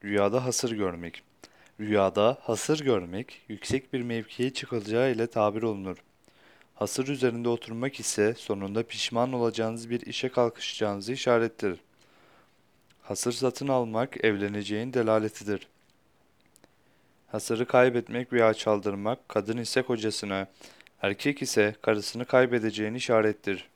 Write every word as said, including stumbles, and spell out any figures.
Rüyada hasır görmek. Rüyada hasır görmek, yüksek bir mevkiye çıkılacağı ile tabir olunur. Hasır üzerinde oturmak ise sonunda pişman olacağınız bir işe kalkışacağınızı işarettir. Hasır satın almak, evleneceğin delaletidir. Hasırı kaybetmek veya çaldırmak, kadın ise kocasına, erkek ise karısını kaybedeceğin işarettir.